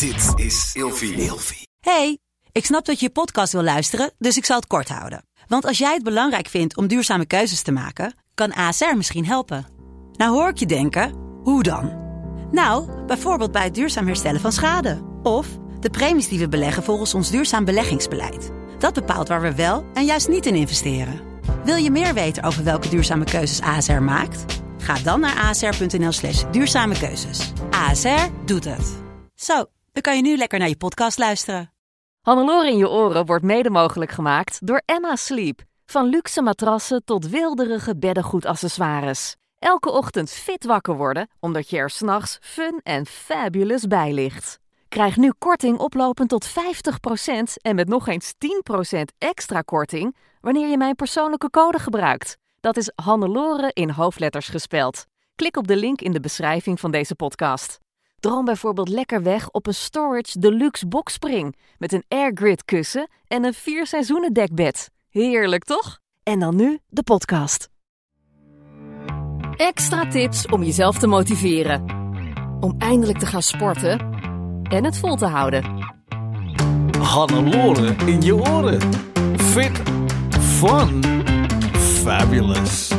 Dit is Ilfie. Hey, ik snap dat je je podcast wil luisteren, dus ik zal het kort houden. Want als jij het belangrijk vindt om duurzame keuzes te maken, kan ASR misschien helpen. Nou hoor ik je denken, hoe dan? Nou, bijvoorbeeld bij het duurzaam herstellen van schade. Of de premies die we beleggen volgens ons duurzaam beleggingsbeleid. Dat bepaalt waar we wel en juist niet in investeren. Wil je meer weten over welke duurzame keuzes ASR maakt? Ga dan naar asr.nl/duurzame keuzes. ASR doet het. Zo, dan kan je nu lekker naar je podcast luisteren. Hannelore in je oren wordt mede mogelijk gemaakt door Emma Sleep. Van luxe matrassen tot wilderige beddengoedaccessoires. Elke ochtend fit wakker worden, omdat je er 's nachts fun en fabulous bij ligt. Krijg nu korting oplopend tot 50% en met nog eens 10% extra korting wanneer je mijn persoonlijke code gebruikt. Dat is Hannelore in hoofdletters gespeld. Klik op de link in de beschrijving van deze podcast. Droom bijvoorbeeld lekker weg op een Storage Deluxe boxspring met een airgrid kussen en een 4 seizoenen dekbed. Heerlijk toch? En dan nu de podcast. Extra tips om jezelf te motiveren. Om eindelijk te gaan sporten en het vol te houden. Hannelore in je oren. Fit, fun, fabulous.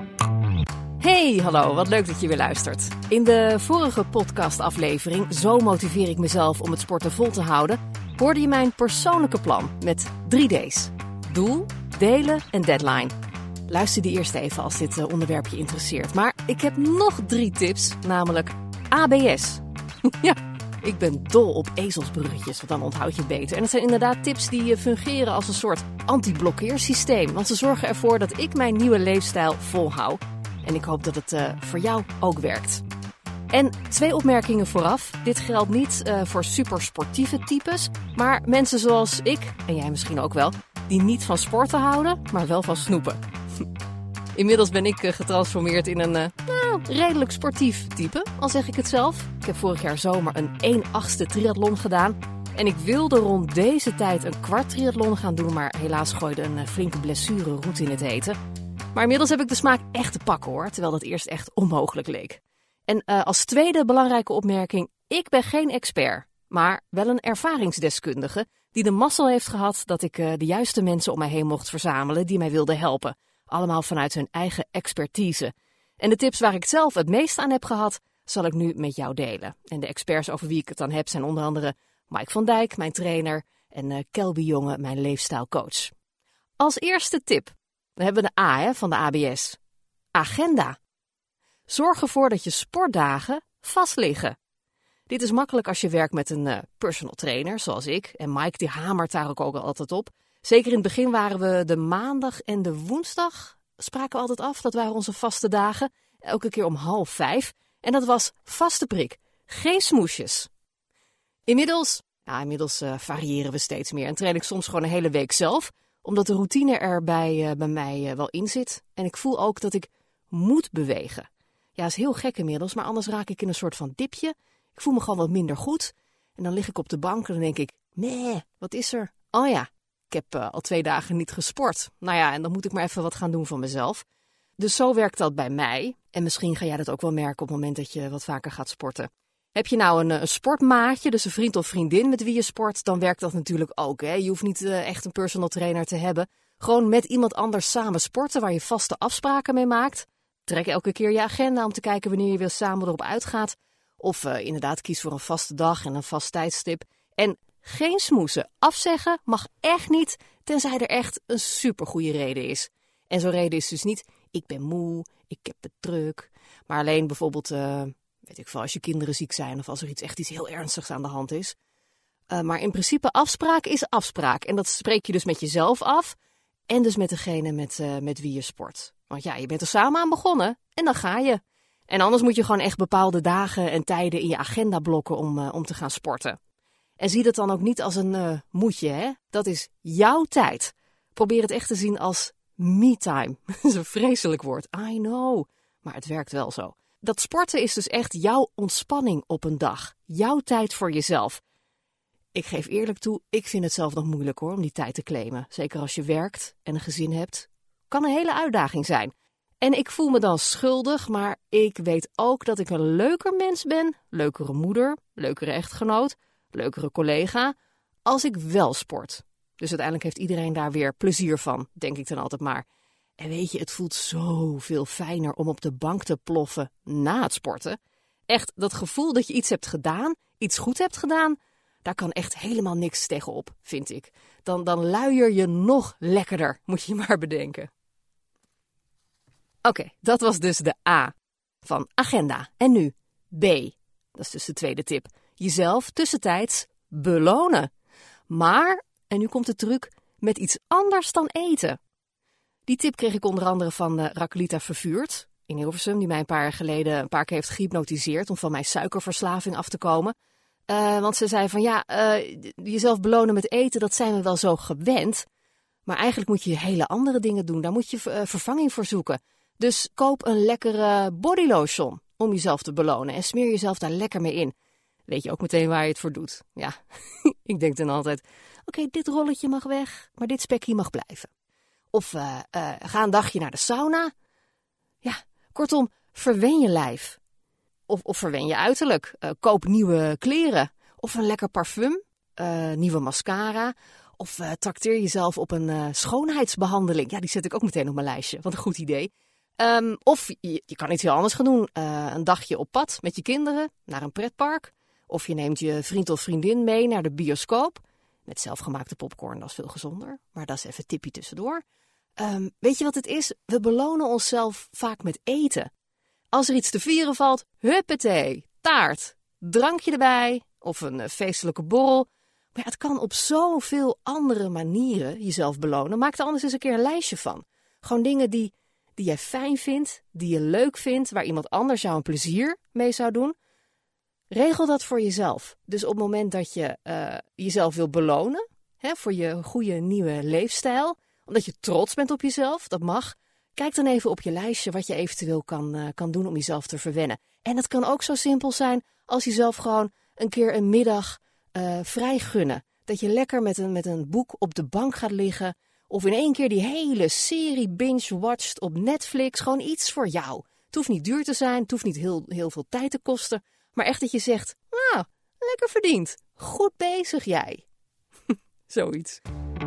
Hey, hallo, wat leuk dat je weer luistert. In de vorige podcastaflevering, Zo motiveer ik mezelf om het sporten vol te houden, hoorde je mijn persoonlijke plan met 3 D's. Doel, delen en deadline. Luister die eerst even als dit onderwerp je interesseert. Maar ik heb nog 3 tips, namelijk ABS. Ja, ik ben dol op ezelsbruggetjes, want dan onthoud je het beter. En het zijn inderdaad tips die fungeren als een soort anti-blokkeersysteem. Want ze zorgen ervoor dat ik mijn nieuwe leefstijl volhoud. En ik hoop dat het voor jou ook werkt. En 2 opmerkingen vooraf. Dit geldt niet voor supersportieve types, maar mensen zoals ik, en jij misschien ook wel, die niet van sporten houden, maar wel van snoepen. Inmiddels ben ik getransformeerd in een redelijk sportief type, al zeg ik het zelf. Ik heb vorig jaar zomer een 1/8 triathlon gedaan. En ik wilde rond deze tijd een kwart triathlon gaan doen, maar helaas gooide een flinke blessure roet in het eten. Maar inmiddels heb ik de smaak echt te pakken hoor, terwijl dat eerst echt onmogelijk leek. En als tweede belangrijke opmerking, ik ben geen expert, maar wel een ervaringsdeskundige die de mazzel heeft gehad dat ik de juiste mensen om mij heen mocht verzamelen die mij wilden helpen. Allemaal vanuit hun eigen expertise. En de tips waar ik zelf het meest aan heb gehad, zal ik nu met jou delen. En de experts over wie ik het dan heb zijn onder andere Mike van Dijk, mijn trainer, en Kelby Jonge, mijn leefstijlcoach. Als eerste tip, dan hebben we de A van de ABS. Agenda. Zorg ervoor dat je sportdagen vast liggen. Dit is makkelijk als je werkt met een personal trainer, zoals ik. En Mike die hamert daar ook altijd op. Zeker in het begin waren we de maandag en de woensdag, spraken we altijd af. Dat waren onze vaste dagen, elke keer om 4:30. En dat was vaste prik, geen smoesjes. Inmiddels variëren we steeds meer en train ik soms gewoon een hele week zelf, omdat de routine er bij mij wel in zit. En ik voel ook dat ik moet bewegen. Ja, is heel gek inmiddels, maar anders raak ik in een soort van dipje. Ik voel me gewoon wat minder goed. En dan lig ik op de bank en dan denk ik, nee, wat is er? Oh ja, ik heb al 2 dagen niet gesport. Nou ja, en dan moet ik maar even wat gaan doen van mezelf. Dus zo werkt dat bij mij. En misschien ga jij dat ook wel merken op het moment dat je wat vaker gaat sporten. Heb je nou een sportmaatje, dus een vriend of vriendin met wie je sport, dan werkt dat natuurlijk ook. Hè? Je hoeft niet echt een personal trainer te hebben. Gewoon met iemand anders samen sporten waar je vaste afspraken mee maakt. Trek elke keer je agenda om te kijken wanneer je weer samen erop uitgaat. Of inderdaad kies voor een vaste dag en een vast tijdstip. En geen smoesen. Afzeggen mag echt niet, tenzij er echt een supergoeie reden is. En zo'n reden is dus niet, ik ben moe, ik heb het druk. Maar alleen bijvoorbeeld, weet ik veel, als je kinderen ziek zijn of als er echt iets heel ernstigs aan de hand is. Maar in principe afspraak is afspraak. En dat spreek je dus met jezelf af en dus met degene met wie je sport. Want ja, je bent er samen aan begonnen en dan ga je. En anders moet je gewoon echt bepaalde dagen en tijden in je agenda blokken om te gaan sporten. En zie dat dan ook niet als een moetje, hè? Dat is jouw tijd. Probeer het echt te zien als me-time. Dat is een vreselijk woord, I know. Maar het werkt wel zo. Dat sporten is dus echt jouw ontspanning op een dag. Jouw tijd voor jezelf. Ik geef eerlijk toe, ik vind het zelf nog moeilijk hoor, om die tijd te claimen. Zeker als je werkt en een gezin hebt. Kan een hele uitdaging zijn. En ik voel me dan schuldig, maar ik weet ook dat ik een leuker mens ben, leukere moeder, leukere echtgenoot, leukere collega, als ik wel sport. Dus uiteindelijk heeft iedereen daar weer plezier van, denk ik dan altijd maar. En weet je, het voelt zoveel fijner om op de bank te ploffen na het sporten. Echt, dat gevoel dat je iets hebt gedaan, iets goed hebt gedaan, daar kan echt helemaal niks tegenop, vind ik. Dan luier je nog lekkerder, moet je maar bedenken. Oké, dat was dus de A van agenda. En nu B, dat is dus de tweede tip. Jezelf tussentijds belonen. Maar, en nu komt de truc, met iets anders dan eten. Die tip kreeg ik onder andere van Rakelita Vervuurd in Hilversum, die mij een paar jaar geleden een paar keer heeft gehypnotiseerd om van mijn suikerverslaving af te komen. Want ze zei van jezelf belonen met eten, dat zijn we wel zo gewend. Maar eigenlijk moet je hele andere dingen doen. Daar moet je vervanging voor zoeken. Dus koop een lekkere bodylotion om jezelf te belonen en smeer jezelf daar lekker mee in. Weet je ook meteen waar je het voor doet. Ja, ik denk dan altijd, oké, dit rolletje mag weg, maar dit spekje mag blijven. Of ga een dagje naar de sauna. Ja, kortom, verwen je lijf. Of verwen je uiterlijk. Koop nieuwe kleren. Of een lekker parfum. Nieuwe mascara. Of trakteer jezelf op een schoonheidsbehandeling. Ja, die zet ik ook meteen op mijn lijstje. Wat een goed idee. Of je kan iets heel anders gaan doen. Een dagje op pad met je kinderen naar een pretpark. Of je neemt je vriend of vriendin mee naar de bioscoop. Met zelfgemaakte popcorn, dat is veel gezonder. Maar dat is even een tipje tussendoor. Weet je wat het is? We belonen onszelf vaak met eten. Als er iets te vieren valt, huppatee, taart, drankje erbij of een feestelijke borrel. Maar ja, het kan op zoveel andere manieren jezelf belonen. Maak er anders eens een keer een lijstje van. Gewoon dingen die jij fijn vindt, die je leuk vindt, waar iemand anders jou een plezier mee zou doen. Regel dat voor jezelf. Dus op het moment dat je jezelf wil belonen, voor je goede nieuwe leefstijl, omdat je trots bent op jezelf, dat mag. Kijk dan even op je lijstje wat je eventueel kan doen om jezelf te verwennen. En het kan ook zo simpel zijn als jezelf gewoon een keer een middag vrij gunnen. Dat je lekker met een boek op de bank gaat liggen. Of in één keer die hele serie binge-watcht op Netflix. Gewoon iets voor jou. Het hoeft niet duur te zijn, het hoeft niet heel veel tijd te kosten. Maar echt dat je zegt, nou, lekker verdiend. Goed bezig jij. Zoiets.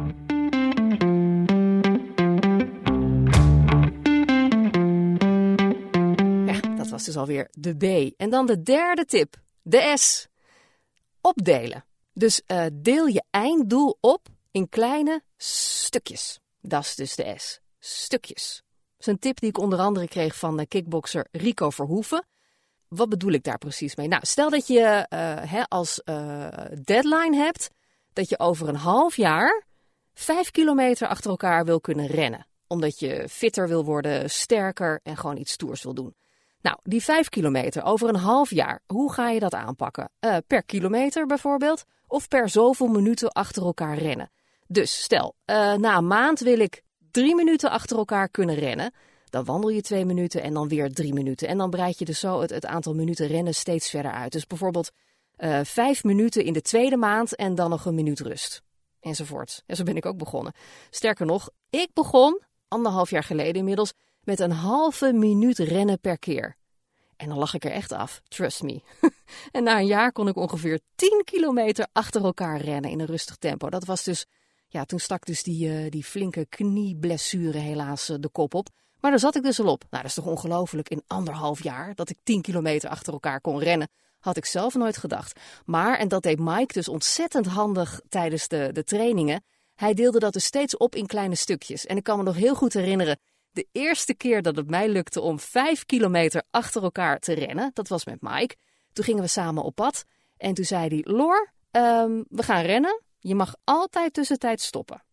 Dat was dus alweer de B. En dan de derde tip, de S. Opdelen. Dus deel je einddoel op in kleine stukjes. Dat is dus de S. Stukjes. Dat is een tip die ik onder andere kreeg van de kickbokser Rico Verhoeven. Wat bedoel ik daar precies mee? Nou, stel dat je als deadline hebt dat je over een half jaar 5 kilometer achter elkaar wil kunnen rennen. Omdat je fitter wil worden, sterker en gewoon iets stoers wil doen. Nou, die 5 kilometer over een half jaar, hoe ga je dat aanpakken? Per kilometer bijvoorbeeld, of per zoveel minuten achter elkaar rennen. Dus stel, na een maand wil ik 3 minuten achter elkaar kunnen rennen. Dan wandel je 2 minuten en dan weer 3 minuten. En dan breid je dus zo het aantal minuten rennen steeds verder uit. Dus bijvoorbeeld 5 minuten in de tweede maand en dan nog een minuut rust. Enzovoort. En zo ben ik ook begonnen. Sterker nog, ik begon 1,5 jaar geleden inmiddels met een halve minuut rennen per keer. En dan lag ik er echt af, trust me. En na een jaar kon ik ongeveer 10 kilometer achter elkaar rennen in een rustig tempo. Dat was dus, ja, toen stak dus die flinke knieblessure helaas de kop op. Maar daar zat ik dus al op. Nou, dat is toch ongelooflijk, in 1,5 jaar dat ik 10 kilometer achter elkaar kon rennen. Had ik zelf nooit gedacht. Maar, en dat deed Mike dus ontzettend handig tijdens de trainingen. Hij deelde dat dus steeds op in kleine stukjes. En ik kan me nog heel goed herinneren, de eerste keer dat het mij lukte om 5 kilometer achter elkaar te rennen, dat was met Mike. Toen gingen we samen op pad. En toen zei hij, Loor, we gaan rennen. Je mag altijd tussentijds stoppen.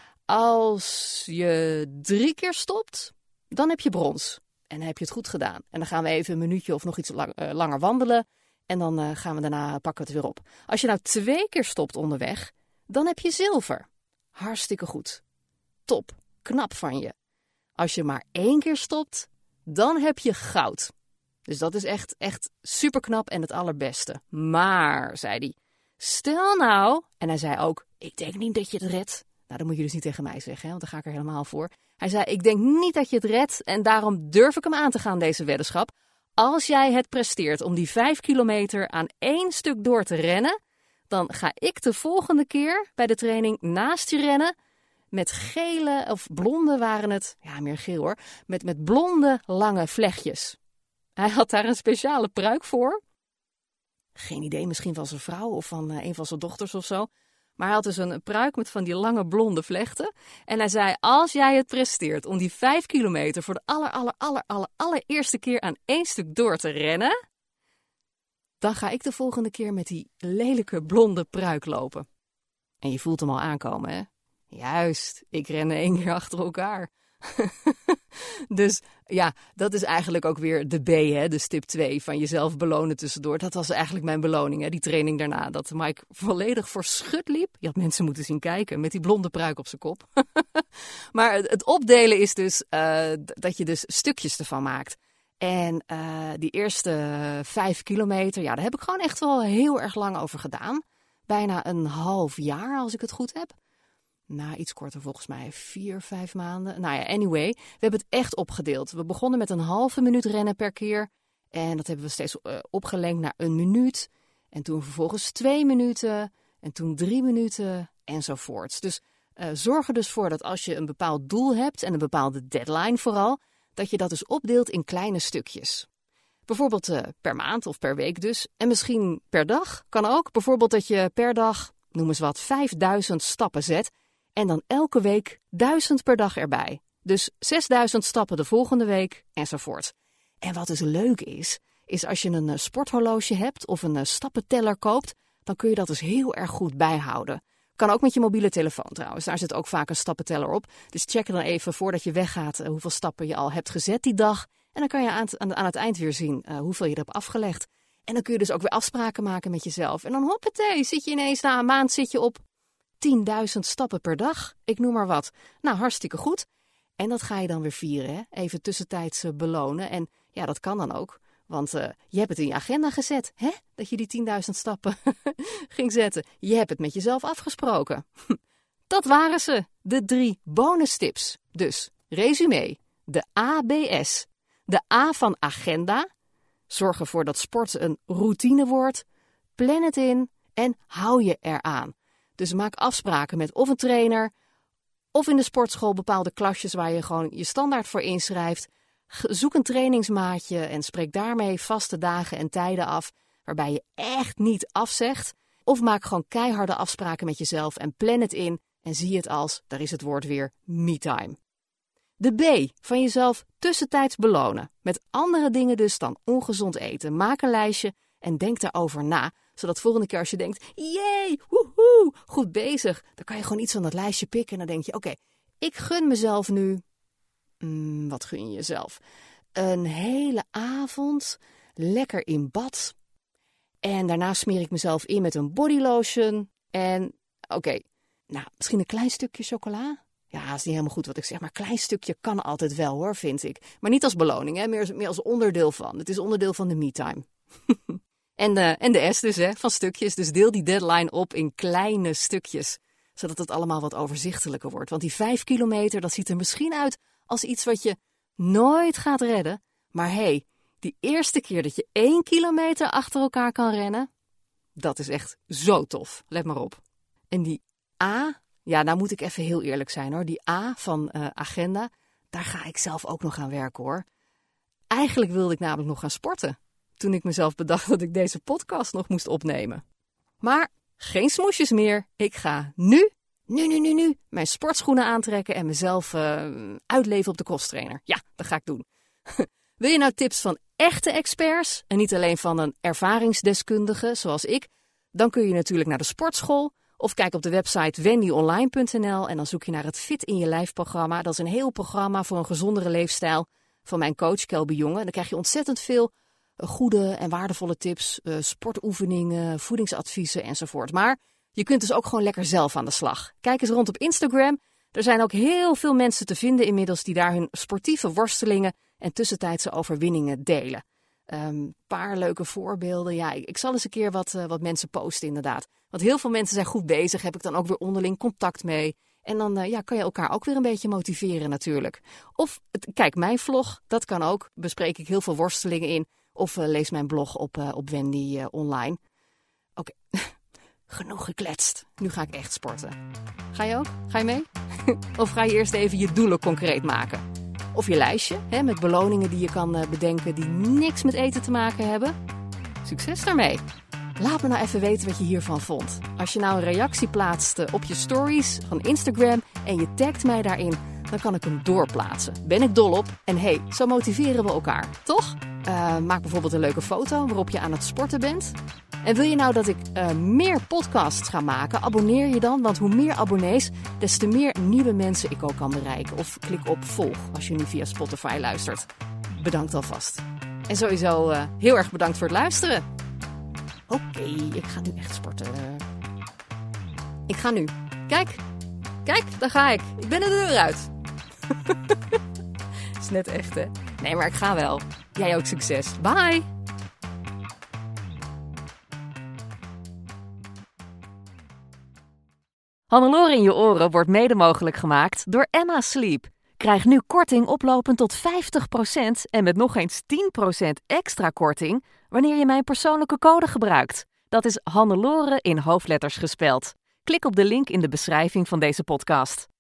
Als je 3 keer stopt, dan heb je brons. En dan heb je het goed gedaan. En dan gaan we even een minuutje of nog iets langer wandelen. En dan gaan we daarna pakken we het weer op. Als je nou 2 keer stopt onderweg, dan heb je zilver. Hartstikke goed. Top. Knap van je. Als je maar 1 keer stopt, dan heb je goud. Dus dat is echt super knap en het allerbeste. Maar, zei hij, stel nou, en hij zei ook, ik denk niet dat je het redt. Nou, dat moet je dus niet tegen mij zeggen, hè, want dan ga ik er helemaal voor. Hij zei, ik denk niet dat je het redt en daarom durf ik hem aan te gaan, deze weddenschap. Als jij het presteert om die 5 kilometer aan 1 stuk door te rennen, dan ga ik de volgende keer bij de training naast je rennen met gele of blonde waren het, ja meer geel hoor, met blonde lange vlechtjes. Hij had daar een speciale pruik voor. Geen idee, misschien van zijn vrouw of van een van zijn dochters of zo. Maar hij had dus een pruik met van die lange blonde vlechten. En hij zei, als jij het presteert om die 5 kilometer voor de allereerste keer aan één stuk door te rennen, dan ga ik de volgende keer met die lelijke blonde pruik lopen. En je voelt hem al aankomen, hè? Juist, ik ren 1 keer achter elkaar. Dus ja, dat is eigenlijk ook weer de B, hè, de stip 2 van jezelf belonen tussendoor. Dat was eigenlijk mijn beloning, hè, die training daarna. Dat Mike volledig voor schut liep. Je had mensen moeten zien kijken met die blonde pruik op zijn kop. Maar het opdelen is dus dat je dus stukjes ervan maakt. En die eerste 5 kilometer, ja, daar heb ik gewoon echt wel heel erg lang over gedaan. Bijna een half jaar, als ik het goed heb. Nou, iets korter volgens mij, 4-5 maanden. Nou ja, anyway, we hebben het echt opgedeeld. We begonnen met een halve minuut rennen per keer. En dat hebben we steeds opgelengd naar 1 minuut. En toen vervolgens 2 minuten. En toen 3 minuten enzovoorts. Dus zorg er dus voor dat als je een bepaald doel hebt en een bepaalde deadline vooral, dat je dat dus opdeelt in kleine stukjes. Bijvoorbeeld per maand of per week dus. En misschien per dag kan ook. Bijvoorbeeld dat je per dag, noem eens wat, 5000 stappen zet. En dan elke week 1000 per dag erbij. Dus 6000 stappen de volgende week enzovoort. En wat dus leuk is als je een sporthorloge hebt of een stappenteller koopt, dan kun je dat dus heel erg goed bijhouden. Kan ook met je mobiele telefoon trouwens. Daar zit ook vaak een stappenteller op. Dus check dan even voordat je weggaat hoeveel stappen je al hebt gezet die dag. En dan kan je aan het eind weer zien hoeveel je er hebt afgelegd. En dan kun je dus ook weer afspraken maken met jezelf. En dan hoppatee, zit je ineens na een maand zit je op 10.000 stappen per dag. Ik noem maar wat. Nou, hartstikke goed. En dat ga je dan weer vieren, hè? Even tussentijds belonen. En ja, dat kan dan ook. Want je hebt het in je agenda gezet, hè? Dat je die 10.000 stappen ging zetten. Je hebt het met jezelf afgesproken. Dat waren ze, de 3 bonustips. Dus, resume. De ABS. De A van agenda. Zorg ervoor dat sporten een routine wordt. Plan het in en hou je eraan. Dus maak afspraken met of een trainer of in de sportschool bepaalde klasjes waar je gewoon je standaard voor inschrijft. Zoek een trainingsmaatje en spreek daarmee vaste dagen en tijden af waarbij je echt niet afzegt. Of maak gewoon keiharde afspraken met jezelf en plan het in en zie het als, daar is het woord weer, me-time. De B van jezelf tussentijds belonen. Met andere dingen dus dan ongezond eten. Maak een lijstje en denk daarover na. Zodat volgende keer als je denkt, jee, woehoe, goed bezig. Dan kan je gewoon iets van dat lijstje pikken en dan denk je, oké, ik gun mezelf nu. Wat gun je jezelf? Een hele avond, lekker in bad. En daarna smeer ik mezelf in met een bodylotion. En oké, nou, misschien een klein stukje chocola. Ja, dat is niet helemaal goed wat ik zeg, maar een klein stukje kan altijd wel hoor, vind ik. Maar niet als beloning, hè? Meer als onderdeel van. Het is onderdeel van de me-time. En de S dus, hè, van stukjes. Dus deel die deadline op in kleine stukjes. Zodat het allemaal wat overzichtelijker wordt. Want die 5 kilometer, dat ziet er misschien uit als iets wat je nooit gaat redden. Maar hey, die eerste keer dat je 1 kilometer achter elkaar kan rennen, dat is echt zo tof. Let maar op. En die A, ja, nou moet ik even heel eerlijk zijn hoor. Die A van agenda, daar ga ik zelf ook nog aan werken hoor. Eigenlijk wilde ik namelijk nog gaan sporten. Toen ik mezelf bedacht dat ik deze podcast nog moest opnemen. Maar geen smoesjes meer. Ik ga nu mijn sportschoenen aantrekken en mezelf uitleven op de crosstrainer. Ja, dat ga ik doen. Wil je nou tips van echte experts en niet alleen van een ervaringsdeskundige zoals ik? Dan kun je natuurlijk naar de sportschool of kijk op de website wendyonline.nl en dan zoek je naar het Fit in je Lijf programma. Dat is een heel programma voor een gezondere leefstijl van mijn coach Kelby Jonge. En dan krijg je ontzettend veel goede en waardevolle tips, sportoefeningen, voedingsadviezen enzovoort. Maar je kunt dus ook gewoon lekker zelf aan de slag. Kijk eens rond op Instagram. Er zijn ook heel veel mensen te vinden inmiddels die daar hun sportieve worstelingen en tussentijdse overwinningen delen. Paar leuke voorbeelden. Ja, ik zal eens een keer wat mensen posten inderdaad. Want heel veel mensen zijn goed bezig, heb ik dan ook weer onderling contact mee. En dan kan je elkaar ook weer een beetje motiveren natuurlijk. Of kijk mijn vlog, dat kan ook. Bespreek ik heel veel worstelingen in. Of lees mijn blog op Wendy online. Oké. genoeg gekletst. Nu ga ik echt sporten. Ga je ook? Ga je mee? Of ga je eerst even je doelen concreet maken? Of je lijstje, met beloningen die je kan bedenken die niks met eten te maken hebben? Succes daarmee! Laat me nou even weten wat je hiervan vond. Als je nou een reactie plaatst op je stories van Instagram en je tagt mij daarin, dan kan ik hem doorplaatsen. Ben ik dol op. En hey, zo motiveren we elkaar, toch? Maak bijvoorbeeld een leuke foto waarop je aan het sporten bent. En wil je nou dat ik meer podcasts ga maken? Abonneer je dan, want hoe meer abonnees, des te meer nieuwe mensen ik ook kan bereiken. Of klik op volg als je nu via Spotify luistert. Bedankt alvast. En sowieso heel erg bedankt voor het luisteren. Oké, ik ga nu echt sporten. Ik ga nu. Kijk, daar ga ik. Ik ben de deur uit. Is net echt, hè? Nee, maar ik ga wel. Jij ook succes. Bye! Hannelore in je oren wordt mede mogelijk gemaakt door Emma Sleep. Krijg nu korting oplopend tot 50% en met nog eens 10% extra korting wanneer je mijn persoonlijke code gebruikt. Dat is Hannelore in hoofdletters gespeld. Klik op de link in de beschrijving van deze podcast.